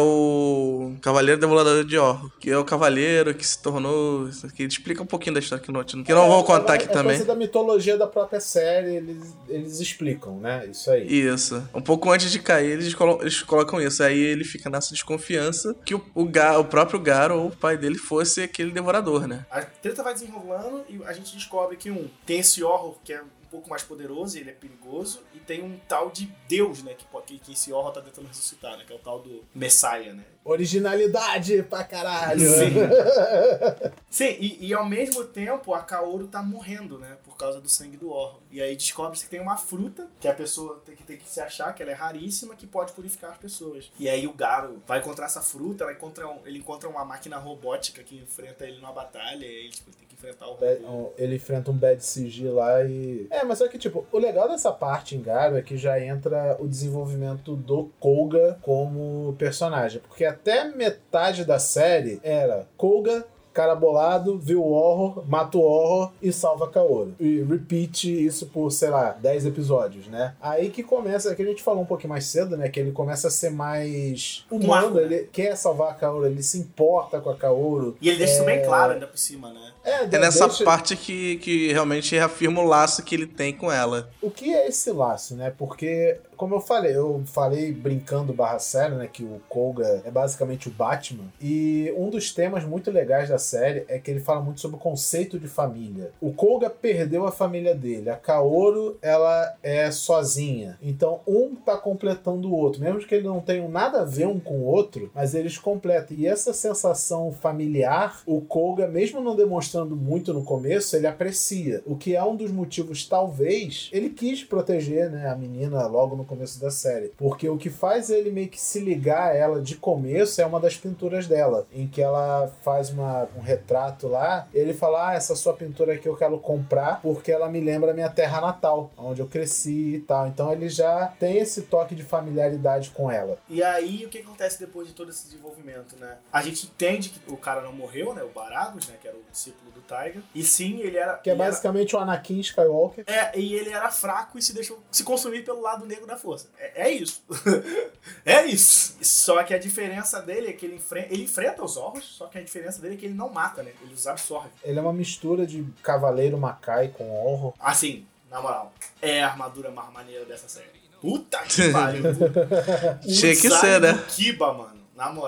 [SPEAKER 3] o Cavaleiro Devorador de Horror, que é o cavaleiro que se tornou, que explica um pouquinho da história que não vou contar aqui também. É
[SPEAKER 2] coisa da mitologia da própria série, eles explicam, né, isso aí.
[SPEAKER 3] Isso, um pouco antes de cair, eles colocam isso, aí ele fica nessa desconfiança que o próprio Garo ou o pai dele fosse aquele devorador, né.
[SPEAKER 1] A treta vai desenrolando e a gente descobre que tem esse horror que é um pouco mais poderoso, ele é perigoso, e tem um tal de Deus, né, que esse horror tá tentando ressuscitar, né, que é o tal do Messiah, né.
[SPEAKER 2] Originalidade pra caralho!
[SPEAKER 1] Sim, Sim, e ao mesmo tempo a Kaoru tá morrendo, né, por causa do sangue do horror. E aí descobre-se que tem uma fruta que a pessoa tem que se achar que ela é raríssima, que pode purificar as pessoas. E aí o Garo vai encontrar essa fruta, ele encontra uma máquina robótica que enfrenta ele numa batalha, e aí tipo, ele tem que enfrentar o robô.
[SPEAKER 2] Ele enfrenta um Bad CG lá e... mas só que tipo, o legal dessa parte em Garo é que já entra o desenvolvimento do Koga como personagem, porque até metade da série era Koga, cara bolado, viu o horror, mata o horror e salva a Kaoru. E repeat isso por, sei lá, 10 episódios, né? Aí que começa, que a gente falou um pouquinho mais cedo, né? Que ele começa a ser mais humano, ele quer salvar a Kaoru, ele se importa com a Kaoru.
[SPEAKER 1] E ele deixa isso bem claro ainda por cima, né?
[SPEAKER 3] É nessa parte que realmente reafirma o laço que ele tem com ela.
[SPEAKER 2] O que é esse laço, né? Porque, como eu falei brincando /sério, né? Que o Koga é basicamente o Batman. E um dos temas muito legais da série é que ele fala muito sobre o conceito de família. O Koga perdeu a família dele. A Kaoru, ela é sozinha. Então, um tá completando o outro. Mesmo que eles não tenham nada a ver um com o outro, mas eles completam. E essa sensação familiar, o Koga, mesmo não demonstrando muito no começo, ele aprecia. O que é um dos motivos, talvez, ele quis proteger, né, a menina logo no começo da série. Porque o que faz ele meio que se ligar a ela de começo é uma das pinturas dela, em que ela faz um retrato lá, ele fala, essa sua pintura aqui eu quero comprar porque ela me lembra a minha terra natal, onde eu cresci e tal. Então ele já tem esse toque de familiaridade com ela.
[SPEAKER 1] E aí, o que acontece depois de todo esse desenvolvimento, né? A gente entende que o cara não morreu, né? O Baragos, né? Que era o discípulo do Taiga. E sim, ele era...
[SPEAKER 2] Que é basicamente o Anakin Skywalker.
[SPEAKER 1] E ele era fraco e se deixou se consumir pelo lado negro da força. É isso. É isso. Só que a diferença dele é que ele enfrenta os Horus, só que a diferença dele é que ele não mata, né? Ele os absorve.
[SPEAKER 2] Ele é uma mistura de Cavaleiro Makai com Horror.
[SPEAKER 1] Assim, na moral, é a armadura mais maneira dessa série. Puta que pariu.
[SPEAKER 3] Tinha que ser, né?
[SPEAKER 1] Kiba, mano. Na moral.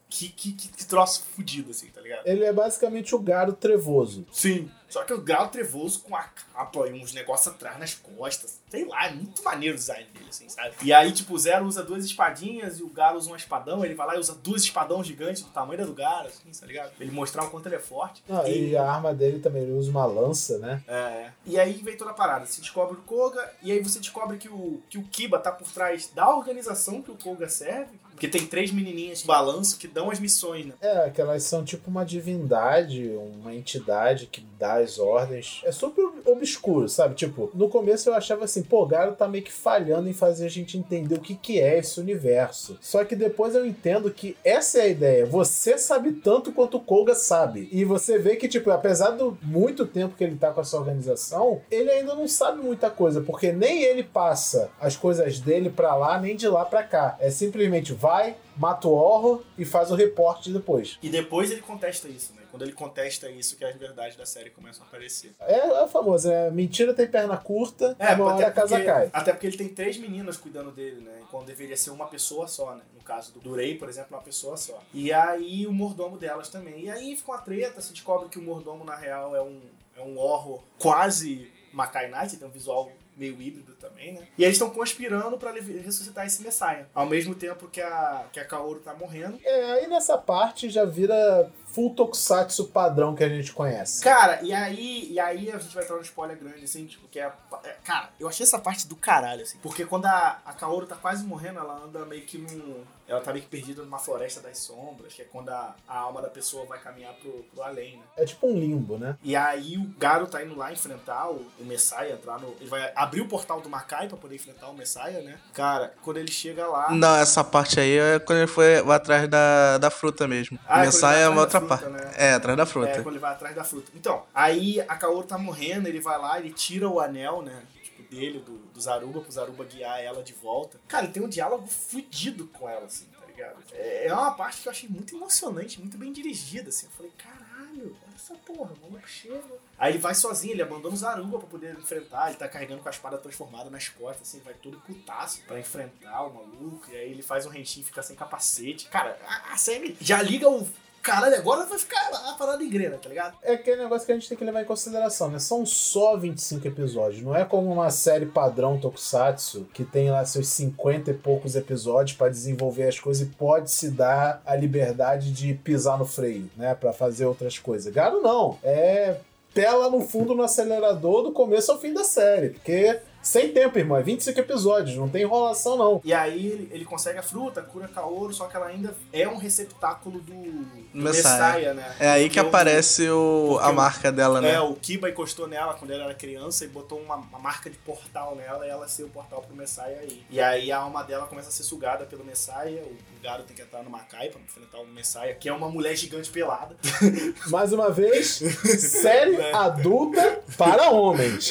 [SPEAKER 1] Que troço fudido, assim, tá ligado?
[SPEAKER 2] Ele é basicamente o Garo trevoso.
[SPEAKER 1] Sim. Só que o Garo trevoso com a capa e uns negócios atrás nas costas. Sei lá, é muito maneiro o design dele, assim, sabe? E aí, tipo, o Zero usa 2 espadinhas e o Garo usa um espadão. Ele vai lá e usa 2 espadão gigantes do tamanho da do Garo, assim, tá ligado? Pra ele mostrar o quanto ele é forte.
[SPEAKER 2] E a arma dele também, ele usa uma lança, né?
[SPEAKER 1] E aí vem toda a parada. Você descobre o Koga e aí você descobre que o Kiba tá por trás da organização que o Koga serve. Porque tem 3 menininhas de balanço que dão as missões, né?
[SPEAKER 2] Que elas são tipo uma divindade, uma entidade que dá as ordens. É super obscuro, sabe? Tipo, no começo eu achava assim, pô, o Garo tá meio que falhando em fazer a gente entender o que é esse universo. Só que depois eu entendo que essa é a ideia. Você sabe tanto quanto o Koga sabe. E você vê que, tipo, apesar do muito tempo que ele tá com essa organização, ele ainda não sabe muita coisa, porque nem ele passa as coisas dele pra lá, nem de lá pra cá. É simplesmente vai, mata o horror e faz o reporte depois.
[SPEAKER 1] E depois ele contesta isso, né? Quando ele contesta isso, que as verdades da série começam a aparecer.
[SPEAKER 2] É famoso, mentira tem perna curta, uma hora a casa cai.
[SPEAKER 1] Até porque ele tem 3 meninas cuidando dele, né? Quando deveria ser uma pessoa só, né? No caso do Rei, por exemplo, uma pessoa só. E aí o mordomo delas também. E aí fica uma treta, se descobre que o mordomo, na real, é um horror quase Makai Knight, tem um visual meio híbrido também, né? E eles estão conspirando pra ressuscitar esse Messiah. Ao mesmo tempo que a Kaoru tá morrendo.
[SPEAKER 2] Aí nessa parte já vira full tokusatsu padrão que a gente conhece.
[SPEAKER 1] Cara, e aí a gente vai entrar no spoiler grande, assim, tipo, que cara, eu achei essa parte do caralho, assim. Porque quando a Kaoru tá quase morrendo, ela anda meio que ela tá meio que perdida numa floresta das sombras, que é quando a alma da pessoa vai caminhar pro além, né?
[SPEAKER 2] É tipo um limbo, né?
[SPEAKER 1] E aí o Garo tá indo lá enfrentar o Messiah, entrar no... Ele vai abrir o portal do Makai pra poder enfrentar o Messiah, né? Cara, quando ele chega lá...
[SPEAKER 3] Não, essa parte aí é quando ele vai atrás da fruta mesmo. O Messiah é uma outra parte. Né? Atrás da fruta.
[SPEAKER 1] Quando ele vai atrás da fruta. Então, aí a Kaoru tá morrendo, ele vai lá, ele tira o anel, né? Dele, do Zaruba, pro Zaruba guiar ela de volta. Cara, ele tem um diálogo fudido com ela, assim, tá ligado? É uma parte que eu achei muito emocionante, muito bem dirigida, assim. Eu falei, caralho, olha essa porra, o maluco chega. Aí ele vai sozinho, ele abandona o Zaruba pra poder enfrentar, ele tá carregando com a espada transformada nas costas, assim, vai todo putaço pra enfrentar o maluco, e aí ele faz um Henshin e fica sem capacete. Cara, a série já liga o... Caralho, agora vai ficar a parada engrena, tá ligado?
[SPEAKER 2] É aquele negócio que a gente tem que levar em consideração, né? São só 25 episódios. Não é como uma série padrão Tokusatsu, que tem lá seus 50 e poucos episódios pra desenvolver as coisas e pode se dar a liberdade de pisar no freio, né? Pra fazer outras coisas. Garo não. É pé lá no fundo no acelerador do começo ao fim da série. Porque... Sem tempo, irmão. É 25 episódios. Não tem enrolação, não.
[SPEAKER 1] E aí ele consegue a fruta, cura a Kaoru, só que ela ainda é um receptáculo do Messiah, né?
[SPEAKER 3] É aí que aparece a marca dela, né?
[SPEAKER 1] O Kiba encostou nela quando ela era criança e botou uma marca de portal nela e ela ser o portal pro Messiah aí. E aí a alma dela começa a ser sugada pelo Messiah. O Garo tem que entrar no Makai pra enfrentar o Messiah, que é uma mulher gigante pelada.
[SPEAKER 2] Mais uma vez, série adulta para homens.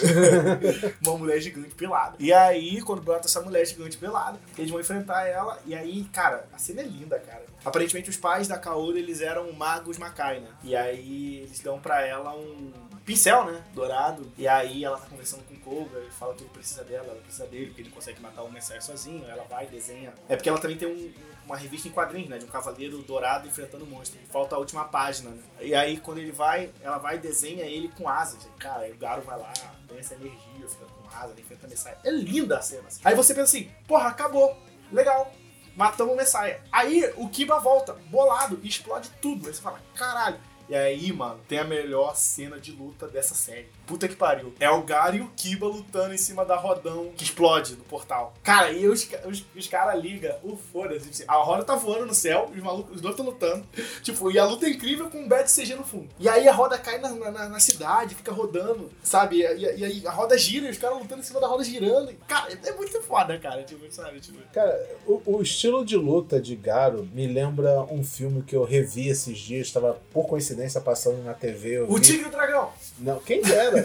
[SPEAKER 1] Uma mulher gigante pelada. E aí, quando brota essa mulher gigante pelada, eles vão enfrentar ela. E aí, cara, a cena é linda, cara. Aparentemente, os pais da Kaoru, eles eram magos Makai, né? E aí, eles dão pra ela um pincel, né? Dourado. E aí, ela tá conversando com o Koga, ele fala que ele precisa dela, ela precisa dele, porque ele consegue matar o Messiah sozinho. Ela vai, desenha. É porque ela também tem uma revista em quadrinhos, né? De um cavaleiro dourado enfrentando o monstro. Falta a última página, né? E aí, quando ela vai e desenha ele com asas. Cara, aí o Garo vai lá, tem essa energia, fica com asas, enfrenta o Messiah. É linda a cena. Assim. Aí você pensa assim, porra, acabou. Legal. Matamos o Messiah. Aí o Kiba volta, bolado, e explode tudo. Aí você fala, caralho. E aí, mano, tem a melhor cena de luta dessa série. Puta que pariu. É o Garo e o Kiba lutando em cima da rodão que explode do portal. Cara, e os caras ligam o foda-se. A roda tá voando no céu, os dois estão lutando. Tipo, e a luta é incrível com um bad CG no fundo. E aí a roda cai na cidade, fica rodando, sabe? E aí a roda gira e os caras lutando em cima da roda girando. Cara, é muito foda, cara. Tipo, sabe? Tipo...
[SPEAKER 2] Cara, o estilo de luta de Garo me lembra um filme que eu revi esses dias. Tava, por coincidência, passando na TV.
[SPEAKER 1] O Tigre e o Dragão.
[SPEAKER 2] Não, quem dera.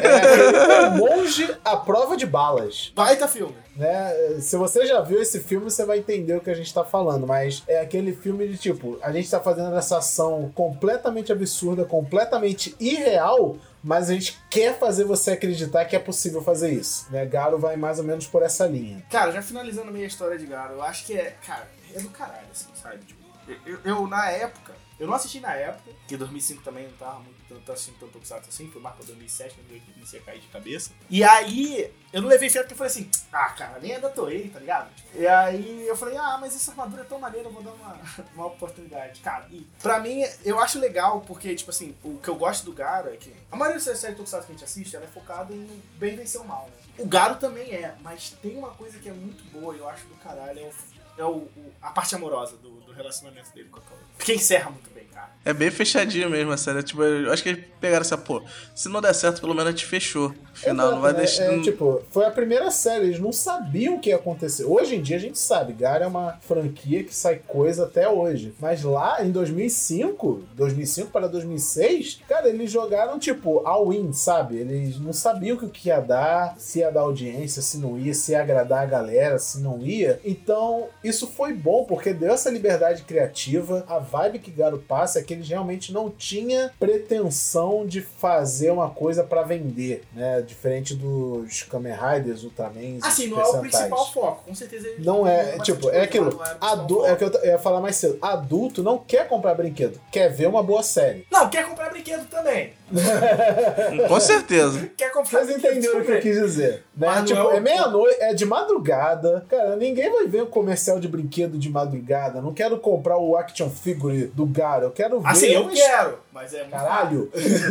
[SPEAKER 2] É o Monge à Prova de Balas.
[SPEAKER 1] Baita filme.
[SPEAKER 2] Né? Se você já viu esse filme, você vai entender o que a gente tá falando, mas é aquele filme de tipo, a gente tá fazendo essa ação completamente absurda, completamente irreal, mas a gente quer fazer você acreditar que é possível fazer isso, né? Garo vai mais ou menos por essa linha.
[SPEAKER 1] Cara, já finalizando meio a história de Garo, eu acho que cara, é do caralho, assim, sabe? Tipo, Eu na época, eu não assisti na época, que 2005 também não tava muito assistindo tanto Tokusatsu assim, foi mais pra 2007, quando eu comecei a cair de cabeça. E aí, eu não levei fé porque eu falei assim, cara, nem é da Toei, tá ligado? E aí eu falei, mas essa armadura é tão maneira, eu vou dar uma oportunidade. Cara, e pra mim, eu acho legal, porque, tipo assim, o que eu gosto do Garo é que a maioria dessas séries Tokusatsu que a gente assiste, ela é focada em bem vencer o mal, né? O Garo também mas tem uma coisa que é muito boa, eu acho do caralho, a parte amorosa do relacionamento dele com a Kaoru. Porque encerra muito bem, cara.
[SPEAKER 3] É bem fechadinho mesmo a série. Tipo, eu acho que eles pegaram essa, se não der certo, pelo menos a gente fechou. Final,
[SPEAKER 2] exato,
[SPEAKER 3] não vai
[SPEAKER 2] né?
[SPEAKER 3] deixar.
[SPEAKER 2] Tipo, foi a primeira série, eles não sabiam o que ia acontecer. Hoje em dia a gente sabe, Garo é uma franquia que sai coisa até hoje. Mas lá em 2005 para 2006, cara, eles jogaram tipo all-in, sabe? Eles não sabiam o que ia dar, se ia dar audiência, se não ia, se ia agradar a galera, se não ia. Então, isso foi bom, porque deu essa liberdade criativa. A vibe que Garo passa é que eles realmente não tinham pretensão de fazer uma coisa pra vender, né? Diferente dos Kamen Riders, Ultramans.
[SPEAKER 1] Assim, não é o principal foco, com certeza.
[SPEAKER 2] Não é, tipo, é aquilo. É que eu ia falar mais cedo. Adulto não quer comprar brinquedo, quer ver uma boa série.
[SPEAKER 1] Não, quer comprar brinquedo também.
[SPEAKER 3] Com certeza.
[SPEAKER 1] Quer comprar
[SPEAKER 2] Vocês entenderam o que eu quis dizer, né?
[SPEAKER 1] Mas
[SPEAKER 2] Tipo,
[SPEAKER 1] não
[SPEAKER 2] é meia-noite, é de madrugada. Cara, ninguém vai ver um comercial de brinquedo de madrugada. Não quero comprar o action figure do Garo. Eu quero ver.
[SPEAKER 1] Assim, eu quero, mas é muito
[SPEAKER 2] caralho.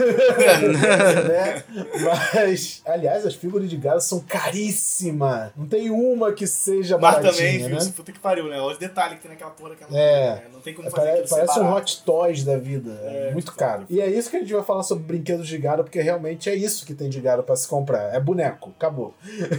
[SPEAKER 2] Né? Mas, aliás, as figuras de Garo são caríssimas. Não tem uma que seja baratinha,
[SPEAKER 1] também,
[SPEAKER 2] né?
[SPEAKER 1] viu? Puta que pariu, né? Os detalhes que tem naquela porra que
[SPEAKER 2] É.
[SPEAKER 1] Não tem como fazer aquilo ser
[SPEAKER 2] Parece um
[SPEAKER 1] barato.
[SPEAKER 2] Hot Toys da vida. É muito caro. E é isso que a gente vai falar sobre brinquedos de Garo, porque realmente é isso que tem de Garo pra se comprar. É boneco. Acabou.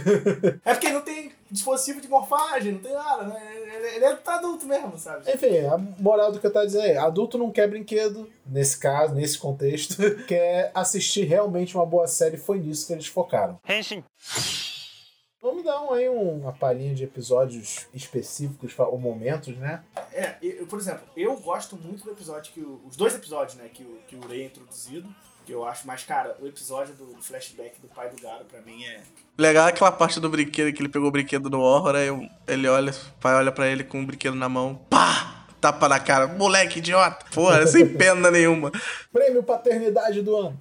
[SPEAKER 1] É porque não tem dispositivo de morfagem, não tem nada, né? Ele é pra adulto mesmo, sabe?
[SPEAKER 2] Enfim, a moral do que eu tava dizendo é, adulto não quer brinquedo, nesse caso, nesse contexto, quer assistir realmente uma boa série, foi nisso que eles focaram.
[SPEAKER 4] Henshin.
[SPEAKER 2] Vamos dar uma palhinha de episódios específicos, ou momentos, né?
[SPEAKER 1] Por exemplo, eu gosto muito do episódio os dois episódios, né, que o Rei é introduzido, que eu acho, mas, cara, o episódio do flashback do pai do Garo, pra mim, é...
[SPEAKER 3] Legal aquela parte do brinquedo, que ele pegou o brinquedo do Horror, aí o pai olha pra ele com o brinquedo na mão, pá! Tapa na cara, moleque idiota! Porra, sem pena nenhuma.
[SPEAKER 2] Prêmio Paternidade do ano.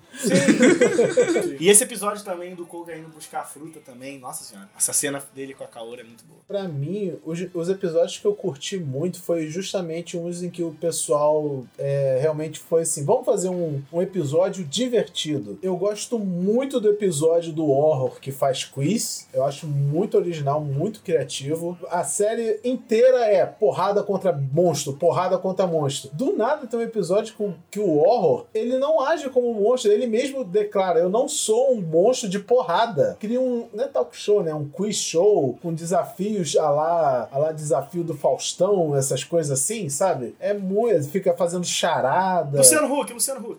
[SPEAKER 1] Sim. E esse episódio também do Koga indo buscar a fruta também, nossa senhora, essa cena dele com a Kaoru é muito boa.
[SPEAKER 2] Pra mim, os episódios que eu curti muito foi justamente uns em que o pessoal realmente foi assim, vamos fazer um episódio divertido. Eu gosto muito do episódio do Horror que faz quiz, eu acho muito original, muito criativo. A série inteira é porrada contra monstro, porrada contra monstro. Do nada tem um episódio que o Horror, ele não age como um monstro, ele mesmo declara, eu não sou um monstro de porrada. Cria não é talk show, né? Um quiz show com desafios a lá desafio do Faustão, essas coisas assim, sabe? É muito, fica fazendo charada.
[SPEAKER 1] Luciano Huck.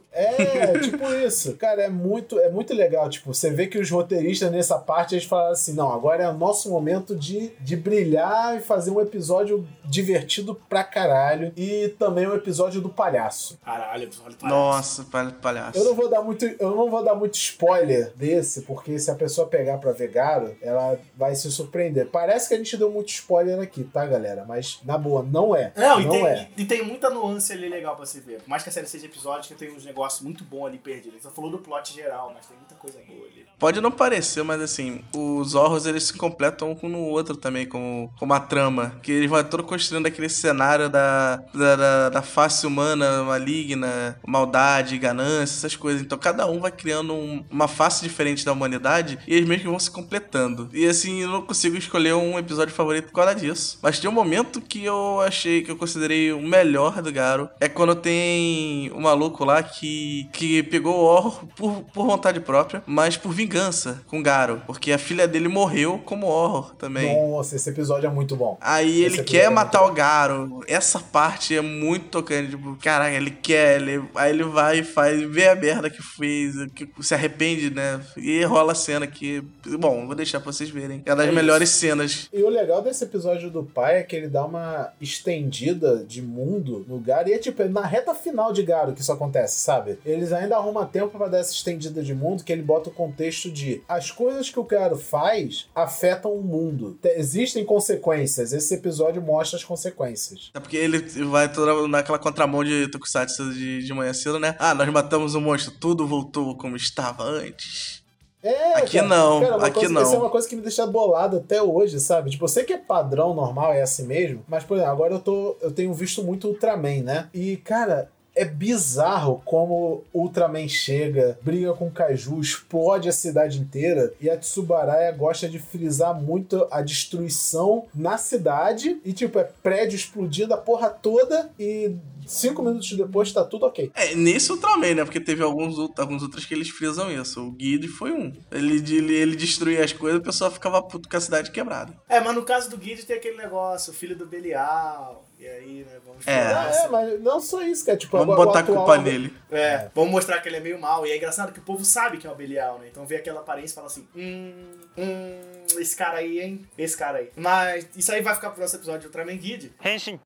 [SPEAKER 2] É, tipo isso. Cara, é muito legal. Tipo, você vê que os roteiristas nessa parte, eles falaram assim, não, agora é o nosso momento de brilhar e fazer um episódio divertido pra caralho. E também um episódio do palhaço.
[SPEAKER 1] Caralho, episódio do palhaço.
[SPEAKER 3] Nossa, palhaço.
[SPEAKER 2] Eu não vou dar muito spoiler desse, porque se a pessoa pegar pra ver Garo, ela vai se surpreender. Parece que a gente deu muito spoiler aqui, tá, galera? Mas, na boa, não é.
[SPEAKER 1] E tem muita nuance ali legal pra se ver. Por mais que a série seja episódio, que tem uns negócios muito bons ali perdidos. Você falou do plot geral, mas tem muita coisa boa ali.
[SPEAKER 3] Pode não parecer, mas assim, os horrors eles se completam um com o outro também, com uma trama. Que eles vão todo construindo aquele cenário da face humana maligna, maldade, ganância, essas coisas. Então cada um vai criando uma face diferente da humanidade e eles meio que vão se completando. E assim, eu não consigo escolher um episódio favorito por causa disso. Mas tem um momento que eu considerei o melhor do Garo. É quando tem um maluco lá que pegou o horror por vontade própria, mas por vingança com o Garo. Porque a filha dele morreu como horror também.
[SPEAKER 2] Nossa, esse episódio é muito bom.
[SPEAKER 3] Aí ele quer matar o Garo. Essa parte é muito tocante. Tipo, caraca, aí ele vai e faz, vê a merda que fez, que se arrepende, né? E rola a cena que... Bom, vou deixar pra vocês verem. É das melhores cenas.
[SPEAKER 2] E o legal desse episódio do pai é que ele dá uma estendida de mundo no Garo. E é tipo, na reta final de Garo que isso acontece, sabe? Eles ainda arrumam tempo pra dar essa estendida de mundo, que ele bota o contexto de as coisas que o Garo faz afetam o mundo. Existem consequências. Esse episódio mostra as consequências.
[SPEAKER 3] É porque ele vai toda naquela contramão de Tokusatsu de manhã cedo, né? Ah, nós matamos o monstro, tudo voltou como estava antes. Aqui
[SPEAKER 2] cara,
[SPEAKER 3] não,
[SPEAKER 2] cara,
[SPEAKER 3] aqui não.
[SPEAKER 2] Isso é uma coisa que me deixa bolado até hoje, sabe? Tipo, eu sei que é padrão, normal, é assim mesmo, mas, por exemplo, agora eu tenho visto muito Ultraman, né? E, cara, é bizarro como Ultraman chega, briga com o Kaiju, explode a cidade inteira, e a Tsubaraya gosta de frisar muito a destruição na cidade, e tipo, é prédio explodindo a porra toda, e 5 minutos depois tá tudo ok.
[SPEAKER 3] Nesse Ultraman, né? Porque teve alguns outros que eles frisam isso. O Guide foi um. Ele destruía as coisas e o pessoal ficava puto com a cidade quebrada.
[SPEAKER 1] Mas no caso do Guide tem aquele negócio, o filho do Belial. E aí, né, vamos falar.
[SPEAKER 2] Mas não só isso, cara. Tipo,
[SPEAKER 3] vamos botar a culpa nele.
[SPEAKER 1] Vamos mostrar que ele é meio mal. E é engraçado que o povo sabe que é o Belial, né? Então vê aquela aparência e fala assim, esse cara aí, hein? Esse cara aí. Mas isso aí vai ficar pro nosso episódio de Ultraman Guide. Henshin.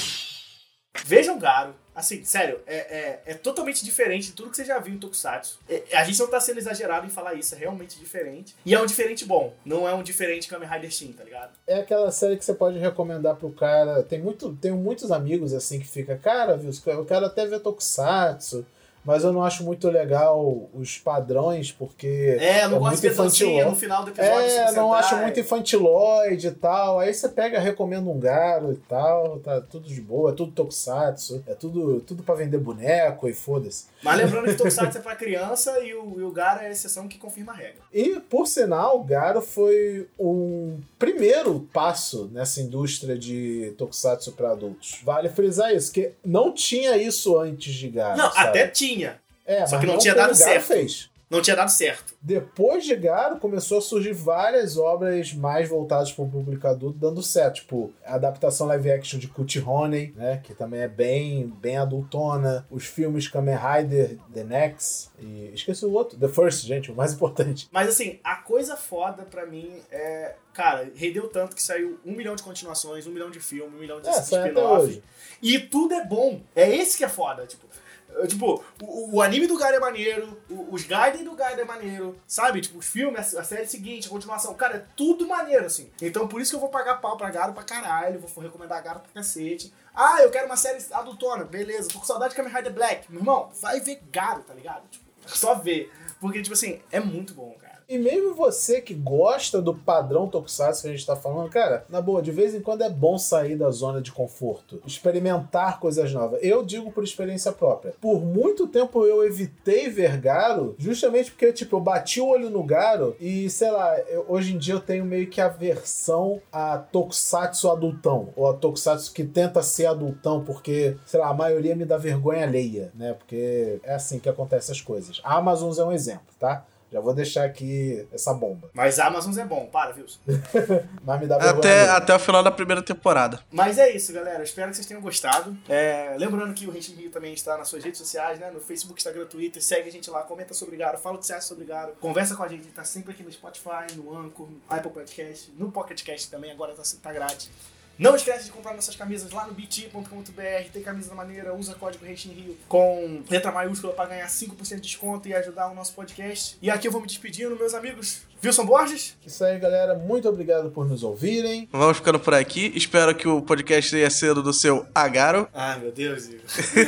[SPEAKER 1] Vejam Garo, assim, sério, é totalmente diferente de tudo que você já viu em Tokusatsu. A gente não tá sendo exagerado em falar isso, é realmente diferente. E é um diferente bom, não é um diferente Kamen Rider Shin, tá ligado? É
[SPEAKER 2] aquela série que você pode recomendar pro cara. Tenho muitos amigos assim que fica, cara, viu, eu quero até ver Tokusatsu, mas eu não acho muito legal os padrões, porque
[SPEAKER 1] eu não gosto de ver dancinha no final do episódio.
[SPEAKER 2] Não acho muito infantiloide e tal. Aí você pega, recomenda um Garo e tal, tá tudo de boa, é tudo Tokusatsu, é tudo pra vender boneco e foda-se.
[SPEAKER 1] Mas lembrando que Tokusatsu é pra criança e o Garo é a exceção que confirma a regra.
[SPEAKER 2] E, por sinal, o Garo foi um primeiro passo nessa indústria de Tokusatsu pra adultos. Vale frisar isso, que não tinha isso antes de Garo.
[SPEAKER 1] Não,
[SPEAKER 2] sabe?
[SPEAKER 1] até tinha. Só que não
[SPEAKER 2] não
[SPEAKER 1] tinha dado certo.
[SPEAKER 2] Fez.
[SPEAKER 1] Não tinha dado certo.
[SPEAKER 2] Depois de Garo, começou a surgir várias obras mais voltadas para o público adulto dando certo. Tipo, a adaptação live action de Cut Honey, né? Que também é bem adultona. Os filmes Kamen Rider, The Next. E esqueci o outro. The First, gente, o mais importante.
[SPEAKER 1] Mas assim, a coisa foda pra mim é... Cara, rendeu tanto que saiu 1 milhão de continuações, 1 milhão de filmes, 1 milhão de spin-off. E tudo é bom. É esse que é foda, Tipo, o anime do Garo é maneiro, os Gaiden do Garo é maneiro, sabe? Tipo, os filmes, a série seguinte, a continuação, cara, é tudo maneiro, assim. Então, por isso que eu vou pagar pau pra Garo pra caralho, vou recomendar Garo pra cacete. Eu quero uma série adultona, beleza, tô com saudade de Kamen Rider Black. Meu irmão, vai ver Garo, tá ligado? Tipo, só ver. Porque, tipo assim, é muito bom, cara.
[SPEAKER 2] E mesmo você que gosta do padrão Tokusatsu que a gente tá falando, cara, na boa, de vez em quando é bom sair da zona de conforto, experimentar coisas novas. Eu digo por experiência própria. Por muito tempo eu evitei ver Garo, justamente porque, tipo, eu bati o olho no Garo e, sei lá, hoje em dia eu tenho meio que aversão a Tokusatsu adultão, ou a Tokusatsu que tenta ser adultão, porque, sei lá, a maioria me dá vergonha alheia, né? Porque é assim que acontecem as coisas. A Amazon é um exemplo, tá? Já vou deixar aqui essa bomba.
[SPEAKER 1] Mas a Amazon é bom, para, Wilson.
[SPEAKER 2] Mas me dá vergonha.
[SPEAKER 3] Até o final da primeira temporada.
[SPEAKER 1] Mas é isso, galera. Espero que vocês tenham gostado. Lembrando que o Henshin Rio também está nas suas redes sociais, né? No Facebook, Instagram, Twitter. Segue a gente lá, comenta sobre Garo, fala o que você acha sobre Garo. Conversa com a gente, tá sempre aqui no Spotify, no Anchor, no Apple Podcast, no Pocket Cast também, agora tá grátis. Não esquece de comprar nossas camisas lá no bt.com.br. Tem camisa da maneira, usa código Henshin Rio com letra maiúscula para ganhar 5% de desconto e ajudar o nosso podcast. E aqui eu vou me despedindo, meus amigos. Wilson Borges?
[SPEAKER 2] Isso aí, galera. Muito obrigado por nos ouvirem.
[SPEAKER 3] Vamos ficando por aqui. Espero que o podcast tenha sido do seu Agaro.
[SPEAKER 1] Meu Deus, Igor.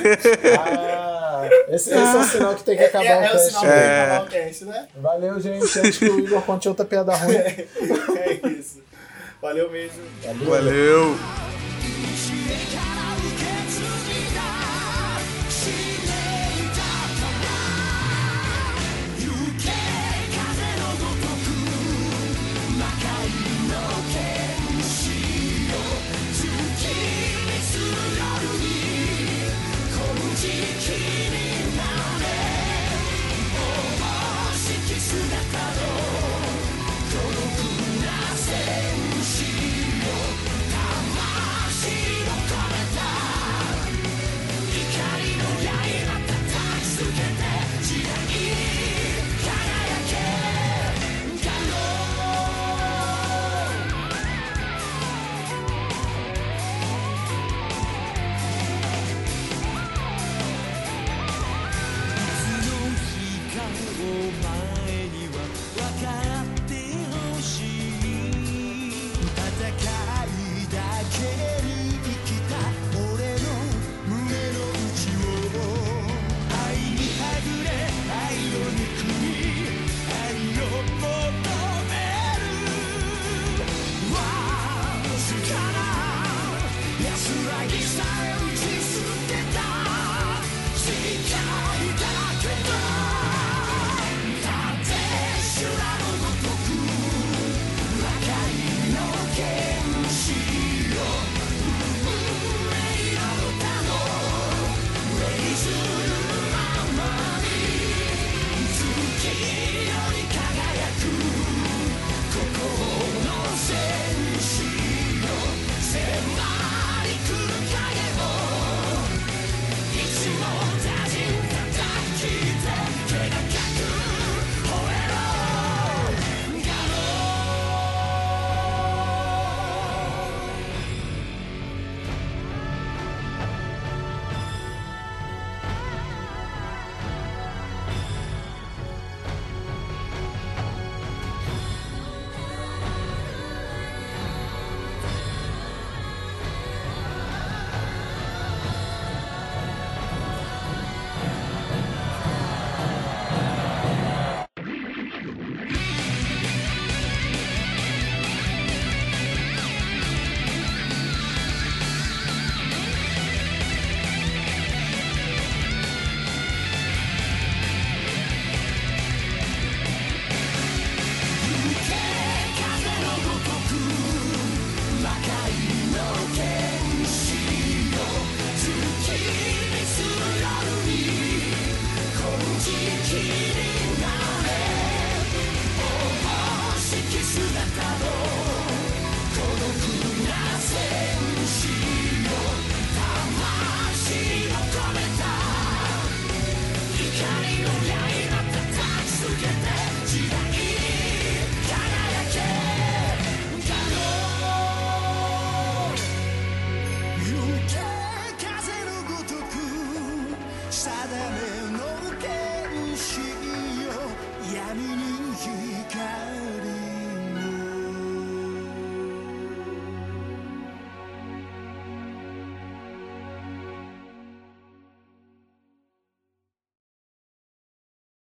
[SPEAKER 2] Esse é o sinal que tem que acabar o cast.
[SPEAKER 1] É o sinal que tem que acabar o cast, né?
[SPEAKER 2] Valeu, gente. Antes que o Igor conte outra piada ruim.
[SPEAKER 1] É isso. Valeu mesmo.
[SPEAKER 3] Valeu.
[SPEAKER 4] Come on, like it's time.